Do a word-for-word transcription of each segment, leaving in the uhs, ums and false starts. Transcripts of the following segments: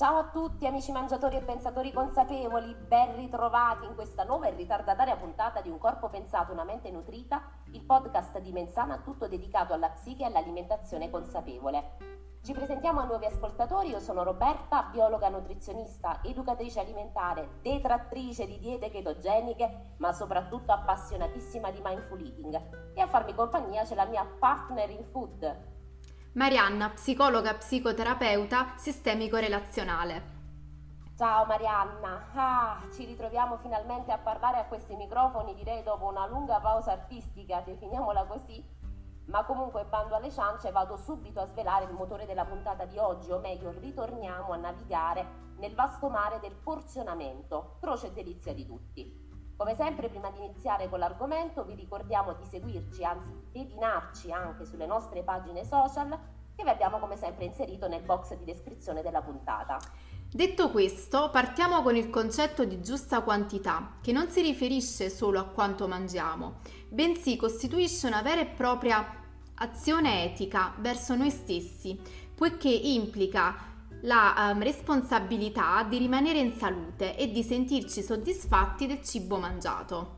Ciao a tutti amici mangiatori e pensatori consapevoli, ben ritrovati in questa nuova e ritardataria puntata di Un corpo pensato, una mente nutrita, il podcast di Mensana tutto dedicato alla psiche e all'alimentazione consapevole. Ci presentiamo a nuovi ascoltatori, io sono Roberta, biologa nutrizionista, educatrice alimentare, detrattrice di diete ketogeniche, ma soprattutto appassionatissima di mindful eating. E a farmi compagnia c'è la mia partner in food, Marianna, psicologa psicoterapeuta sistemico-relazionale. Ciao Marianna, ah, ci ritroviamo finalmente a parlare a questi microfoni, direi dopo una lunga pausa artistica, definiamola così, ma comunque bando alle ciance, vado subito a svelare il motore della puntata di oggi, o meglio ritorniamo a navigare nel vasto mare del porzionamento, croce e delizia di tutti. Come sempre, prima di iniziare con l'argomento vi ricordiamo di seguirci, anzi pedinarci anche sulle nostre pagine social che vi abbiamo come sempre inserito nel box di descrizione della puntata. Detto questo, partiamo con il concetto di giusta quantità, che non si riferisce solo a quanto mangiamo, bensì costituisce una vera e propria azione etica verso noi stessi, poiché implica la um, responsabilità di rimanere in salute e di sentirci soddisfatti del cibo mangiato.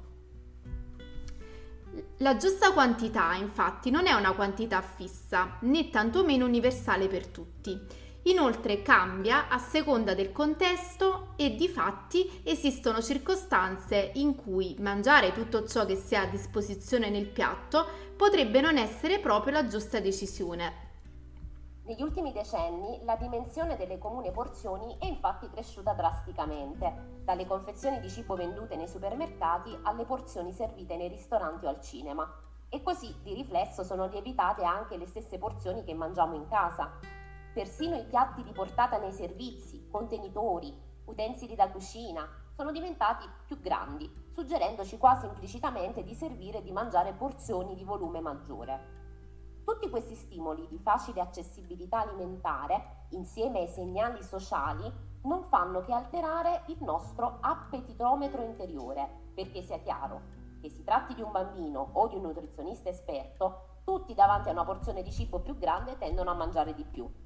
La giusta quantità, infatti, non è una quantità fissa, né tantomeno universale per tutti. Inoltre cambia a seconda del contesto e difatti esistono circostanze in cui mangiare tutto ciò che si ha a disposizione nel piatto potrebbe non essere proprio la giusta decisione. Negli ultimi decenni la dimensione delle comuni porzioni è infatti cresciuta drasticamente, dalle confezioni di cibo vendute nei supermercati alle porzioni servite nei ristoranti o al cinema. E così di riflesso sono lievitate anche le stesse porzioni che mangiamo in casa. Persino i piatti di portata nei servizi, contenitori, utensili da cucina sono diventati più grandi, suggerendoci quasi implicitamente di servire e di mangiare porzioni di volume maggiore. Tutti questi stimoli di facile accessibilità alimentare, insieme ai segnali sociali, non fanno che alterare il nostro appetitometro interiore, perché sia chiaro, che si tratti di un bambino o di un nutrizionista esperto, tutti davanti a una porzione di cibo più grande tendono a mangiare di più.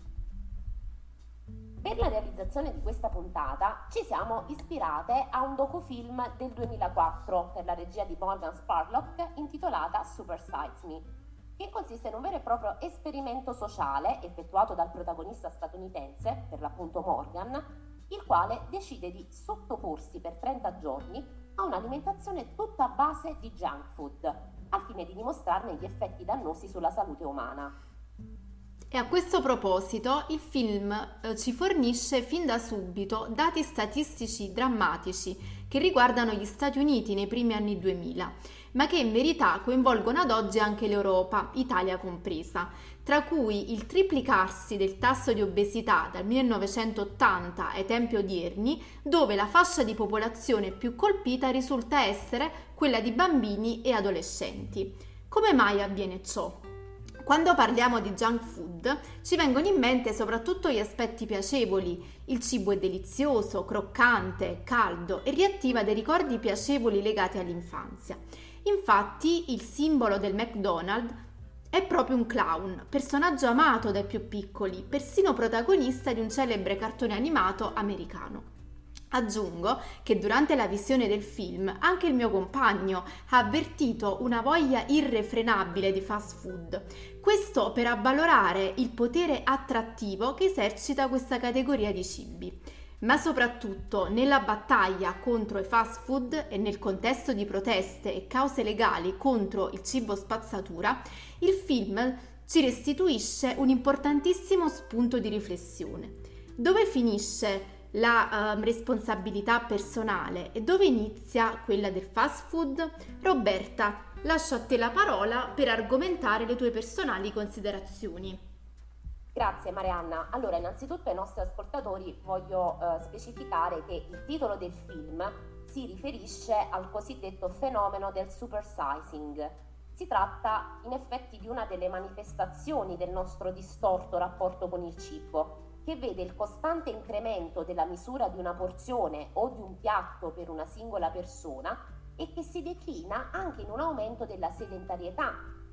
Per la realizzazione di questa puntata ci siamo ispirate a un docufilm del duemilaquattro per la regia di Morgan Spurlock intitolata Super Size Me, che consiste in un vero e proprio esperimento sociale effettuato dal protagonista statunitense, per l'appunto Morgan, il quale decide di sottoporsi per trenta giorni a un'alimentazione tutta a base di junk food, al fine di dimostrarne gli effetti dannosi sulla salute umana. E a questo proposito il film eh, ci fornisce fin da subito dati statistici drammatici che riguardano gli Stati Uniti nei primi anni duemila, ma che in verità coinvolgono ad oggi anche l'Europa, Italia compresa, tra cui il triplicarsi del tasso di obesità dal millenovecentottanta ai tempi odierni, dove la fascia di popolazione più colpita risulta essere quella di bambini e adolescenti. Come mai avviene ciò? Quando parliamo di junk food ci vengono in mente soprattutto gli aspetti piacevoli. Il cibo è delizioso, croccante, caldo e riattiva dei ricordi piacevoli legati all'infanzia. Infatti il simbolo del McDonald's è proprio un clown, personaggio amato dai più piccoli, persino protagonista di un celebre cartone animato americano. Aggiungo che durante la visione del film anche il mio compagno ha avvertito una voglia irrefrenabile di fast food. Questo per avvalorare il potere attrattivo che esercita questa categoria di cibi. Ma soprattutto nella battaglia contro i fast food e nel contesto di proteste e cause legali contro il cibo spazzatura, il film ci restituisce un importantissimo spunto di riflessione. Dove finisce la uh, responsabilità personale e dove inizia quella del fast food? Roberta, lascio a te la parola per argomentare le tue personali considerazioni. Grazie Marianna. Allora, innanzitutto ai nostri ascoltatori voglio uh, specificare che il titolo del film si riferisce al cosiddetto fenomeno del supersizing. Si tratta in effetti di una delle manifestazioni del nostro distorto rapporto con il cibo, che vede il costante incremento della misura di una porzione o di un piatto per una singola persona e che si declina anche in un aumento della sedentarietà,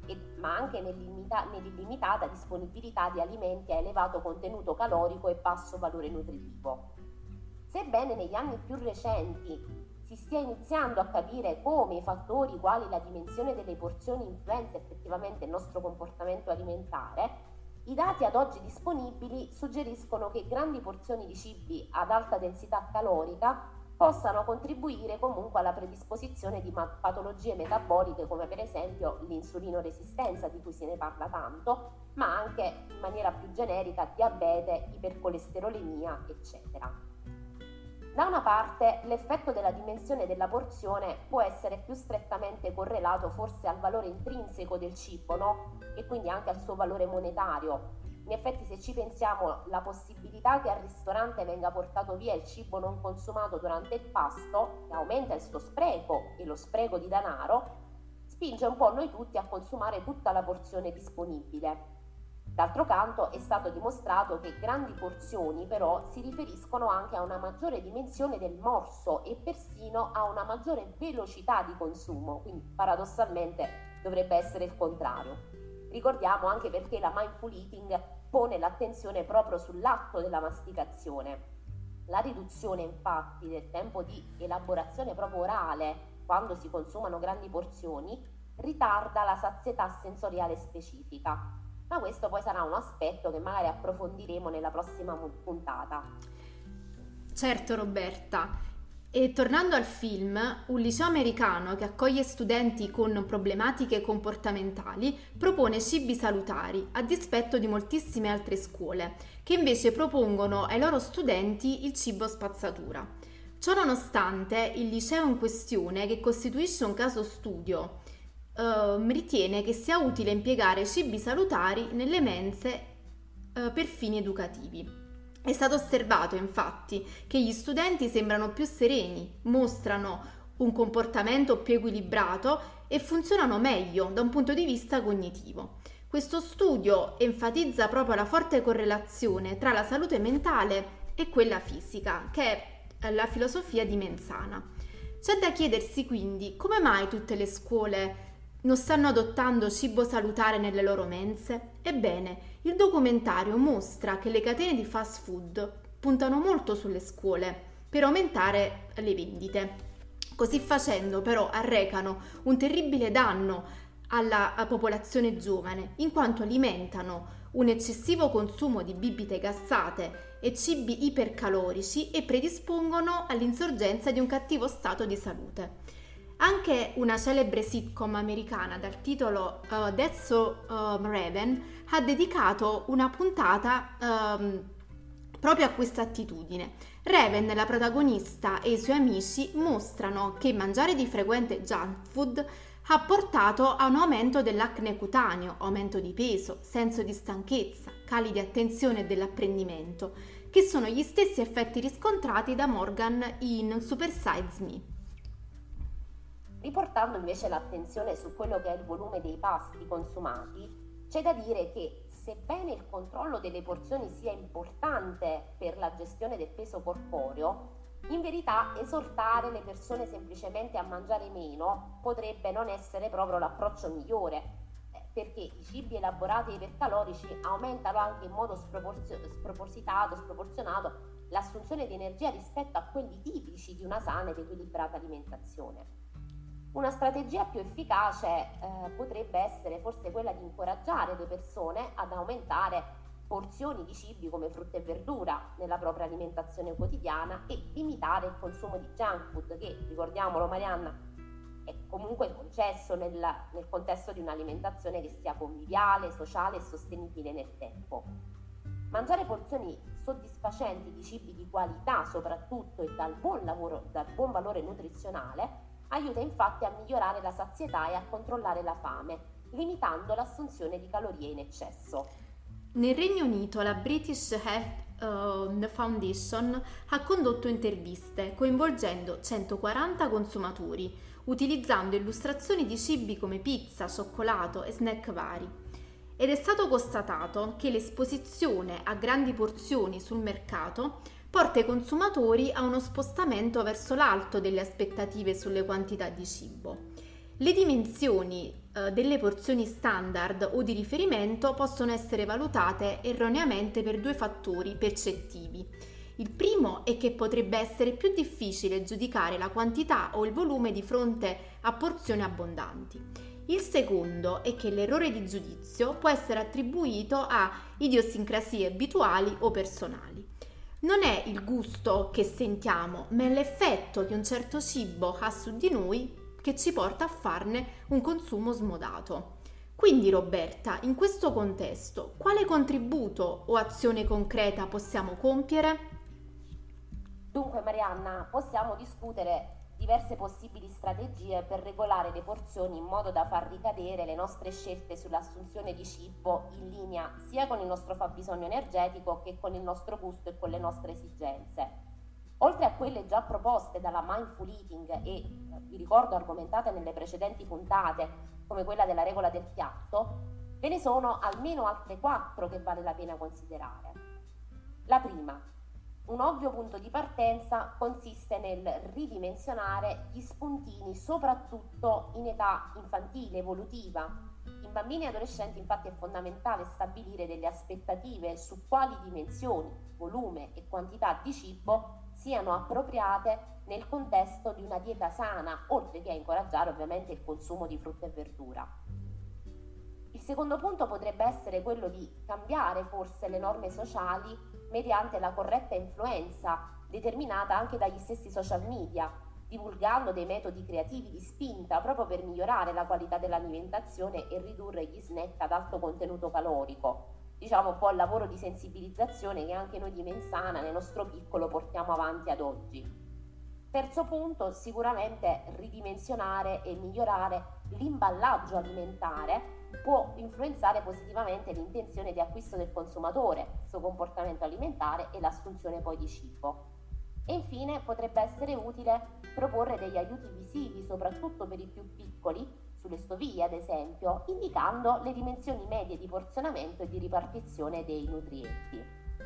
e, ma anche nell'illimita- nell'illimitata disponibilità di alimenti a elevato contenuto calorico e basso valore nutritivo. Sebbene negli anni più recenti si stia iniziando a capire come i fattori quali la dimensione delle porzioni influenza effettivamente il nostro comportamento alimentare, i dati ad oggi disponibili suggeriscono che grandi porzioni di cibi ad alta densità calorica possano contribuire comunque alla predisposizione di patologie metaboliche come per esempio l'insulinoresistenza, di cui se ne parla tanto, ma anche in maniera più generica diabete, ipercolesterolemia, eccetera. Da una parte, l'effetto della dimensione della porzione può essere più strettamente correlato forse al valore intrinseco del cibo, no? E quindi anche al suo valore monetario. In effetti, se ci pensiamo, la possibilità che al ristorante venga portato via il cibo non consumato durante il pasto, che aumenta il suo spreco e lo spreco di denaro, spinge un po' noi tutti a consumare tutta la porzione disponibile. D'altro canto è stato dimostrato che grandi porzioni però si riferiscono anche a una maggiore dimensione del morso e persino a una maggiore velocità di consumo, quindi paradossalmente dovrebbe essere il contrario. Ricordiamo anche perché la mindful eating pone l'attenzione proprio sull'atto della masticazione. La riduzione infatti del tempo di elaborazione proprio orale quando si consumano grandi porzioni ritarda la sazietà sensoriale specifica. Ma questo poi sarà un aspetto che magari approfondiremo nella prossima puntata. Certo, Roberta. E tornando al film, un liceo americano che accoglie studenti con problematiche comportamentali propone cibi salutari a dispetto di moltissime altre scuole che invece propongono ai loro studenti il cibo spazzatura. Ciò nonostante, il liceo in questione, che costituisce un caso studio, Uh, ritiene che sia utile impiegare cibi salutari nelle mense uh, per fini educativi. È stato osservato infatti che gli studenti sembrano più sereni, mostrano un comportamento più equilibrato e funzionano meglio da un punto di vista cognitivo. Questo studio enfatizza proprio la forte correlazione tra la salute mentale e quella fisica, che è la filosofia di Menzana. C'è da chiedersi quindi come mai tutte le scuole non stanno adottando cibo salutare nelle loro mense? Ebbene, il documentario mostra che le catene di fast food puntano molto sulle scuole per aumentare le vendite. Così facendo, però, arrecano un terribile danno alla popolazione giovane, in quanto alimentano un eccessivo consumo di bibite gassate e cibi ipercalorici e predispongono all'insorgenza di un cattivo stato di salute. Anche una celebre sitcom americana dal titolo uh, That's So uh, Raven ha dedicato una puntata um, proprio a questa attitudine. Raven, la protagonista, e i suoi amici mostrano che mangiare di frequente junk food ha portato a un aumento dell'acne cutaneo, aumento di peso, senso di stanchezza, cali di attenzione e dell'apprendimento, che sono gli stessi effetti riscontrati da Morgan in Super Size Me. Riportando invece l'attenzione su quello che è il volume dei pasti consumati, c'è da dire che sebbene il controllo delle porzioni sia importante per la gestione del peso corporeo, in verità esortare le persone semplicemente a mangiare meno potrebbe non essere proprio l'approccio migliore, perché i cibi elaborati e ipercalorici aumentano anche in modo sproporzio- spropositato, sproporzionato l'assunzione di energia rispetto a quelli tipici di una sana ed equilibrata alimentazione. Una strategia più efficace eh, potrebbe essere forse quella di incoraggiare le persone ad aumentare porzioni di cibi come frutta e verdura nella propria alimentazione quotidiana e limitare il consumo di junk food che, ricordiamolo Marianna, è comunque concesso nel, nel contesto di un'alimentazione che sia conviviale, sociale e sostenibile nel tempo. Mangiare porzioni soddisfacenti di cibi di qualità soprattutto e dal buon lavoro, dal buon valore nutrizionale aiuta infatti a migliorare la sazietà e a controllare la fame, limitando l'assunzione di calorie in eccesso. Nel Regno Unito la British Health uh, Foundation ha condotto interviste coinvolgendo centoquaranta consumatori, utilizzando illustrazioni di cibi come pizza, cioccolato e snack vari. Ed è stato constatato che l'esposizione a grandi porzioni sul mercato porta i consumatori a uno spostamento verso l'alto delle aspettative sulle quantità di cibo. Le dimensioni eh, delle porzioni standard o di riferimento possono essere valutate erroneamente per due fattori percettivi. Il primo è che potrebbe essere più difficile giudicare la quantità o il volume di fronte a porzioni abbondanti. Il secondo è che l'errore di giudizio può essere attribuito a idiosincrasie abituali o personali. Non è il gusto che sentiamo, ma è l'effetto che un certo cibo ha su di noi che ci porta a farne un consumo smodato. Quindi Roberta, in questo contesto, quale contributo o azione concreta possiamo compiere? Dunque Marianna, possiamo discutere diverse possibili strategie per regolare le porzioni in modo da far ricadere le nostre scelte sull'assunzione di cibo in linea sia con il nostro fabbisogno energetico che con il nostro gusto e con le nostre esigenze. Oltre a quelle già proposte dalla Mindful Eating e, vi ricordo, argomentate nelle precedenti puntate, come quella della regola del piatto, ve ne sono almeno altre quattro che vale la pena considerare. La prima. Un ovvio punto di partenza consiste nel ridimensionare gli spuntini, soprattutto in età infantile, evolutiva. In bambini e adolescenti infatti è fondamentale stabilire delle aspettative su quali dimensioni, volume e quantità di cibo siano appropriate nel contesto di una dieta sana, oltre che a incoraggiare ovviamente il consumo di frutta e verdura. Il secondo punto potrebbe essere quello di cambiare forse le norme sociali mediante la corretta influenza determinata anche dagli stessi social media, divulgando dei metodi creativi di spinta proprio per migliorare la qualità dell'alimentazione e ridurre gli snack ad alto contenuto calorico. Diciamo un po' il lavoro di sensibilizzazione che anche noi di Mensana nel nostro piccolo portiamo avanti ad oggi. Terzo punto, sicuramente ridimensionare e migliorare l'imballaggio alimentare può influenzare positivamente l'intenzione di acquisto del consumatore, il suo comportamento alimentare e l'assunzione poi di cibo. E infine potrebbe essere utile proporre degli aiuti visivi, soprattutto per i più piccoli, sulle stoviglie ad esempio, indicando le dimensioni medie di porzionamento e di ripartizione dei nutrienti.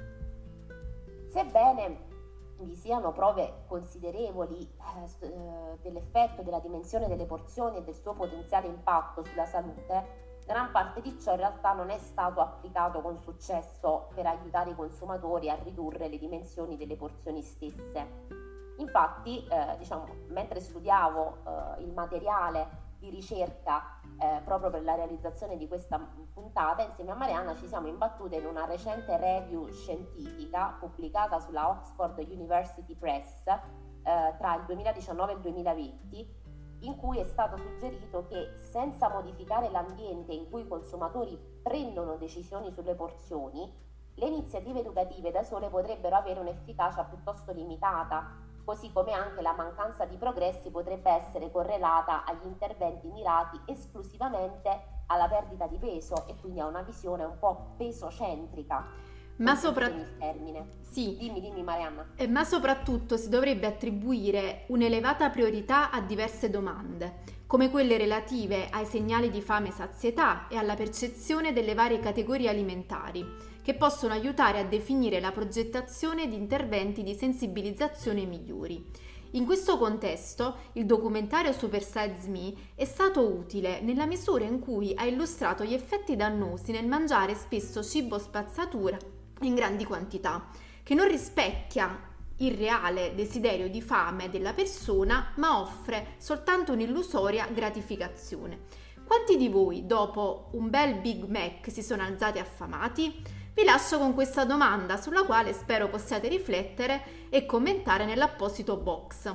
Sebbene vi siano prove considerevoli eh, dell'effetto della dimensione delle porzioni e del suo potenziale impatto sulla salute, gran parte di ciò in realtà non è stato applicato con successo per aiutare i consumatori a ridurre le dimensioni delle porzioni stesse. Infatti, eh, diciamo, mentre studiavo eh, il materiale di ricerca eh, proprio per la realizzazione di questa puntata, insieme a Marianna ci siamo imbattute in una recente review scientifica pubblicata sulla Oxford University Press eh, tra il duemiladiciannove e il duemilaventi, in cui è stato suggerito che senza modificare l'ambiente in cui i consumatori prendono decisioni sulle porzioni, le iniziative educative da sole potrebbero avere un'efficacia piuttosto limitata, così come anche la mancanza di progressi potrebbe essere correlata agli interventi mirati esclusivamente alla perdita di peso e quindi a una visione un po' pesocentrica. Ma, sopra... sì. dimmi, dimmi Marianna. Eh, ma soprattutto si dovrebbe attribuire un'elevata priorità a diverse domande, come quelle relative ai segnali di fame e sazietà e alla percezione delle varie categorie alimentari, che possono aiutare a definire la progettazione di interventi di sensibilizzazione migliori. In questo contesto, il documentario Super Size Me è stato utile nella misura in cui ha illustrato gli effetti dannosi nel mangiare spesso cibo spazzatura in grandi quantità, che non rispecchia il reale desiderio di fame della persona, ma offre soltanto un'illusoria gratificazione. Quanti di voi, dopo un bel Big Mac, si sono alzati affamati? Vi lascio con questa domanda sulla quale spero possiate riflettere e commentare nell'apposito box.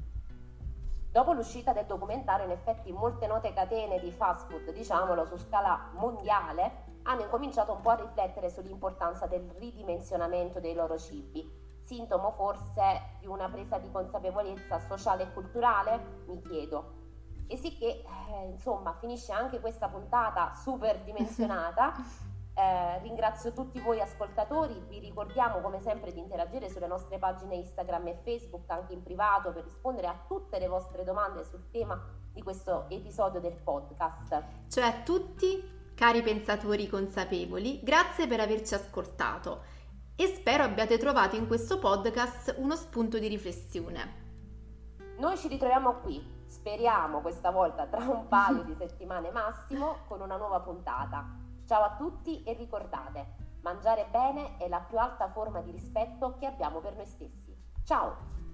Dopo l'uscita del documentario, in effetti molte note catene di fast food, diciamolo, su scala mondiale, hanno incominciato un po' a riflettere sull'importanza del ridimensionamento dei loro cibi, sintomo forse di una presa di consapevolezza sociale e culturale, mi chiedo. E sì che, eh, insomma, finisce anche questa puntata super dimensionata. Eh, ringrazio tutti voi ascoltatori, vi ricordiamo come sempre di interagire sulle nostre pagine Instagram e Facebook anche in privato per rispondere a tutte le vostre domande sul tema di questo episodio del podcast. Cioè a tutti, cari pensatori consapevoli, grazie per averci ascoltato e spero abbiate trovato in questo podcast uno spunto di riflessione. Noi ci ritroviamo qui Speriamo questa volta tra un paio di settimane massimo con una nuova puntata. Ciao a tutti e ricordate, mangiare bene è la più alta forma di rispetto che abbiamo per noi stessi. Ciao!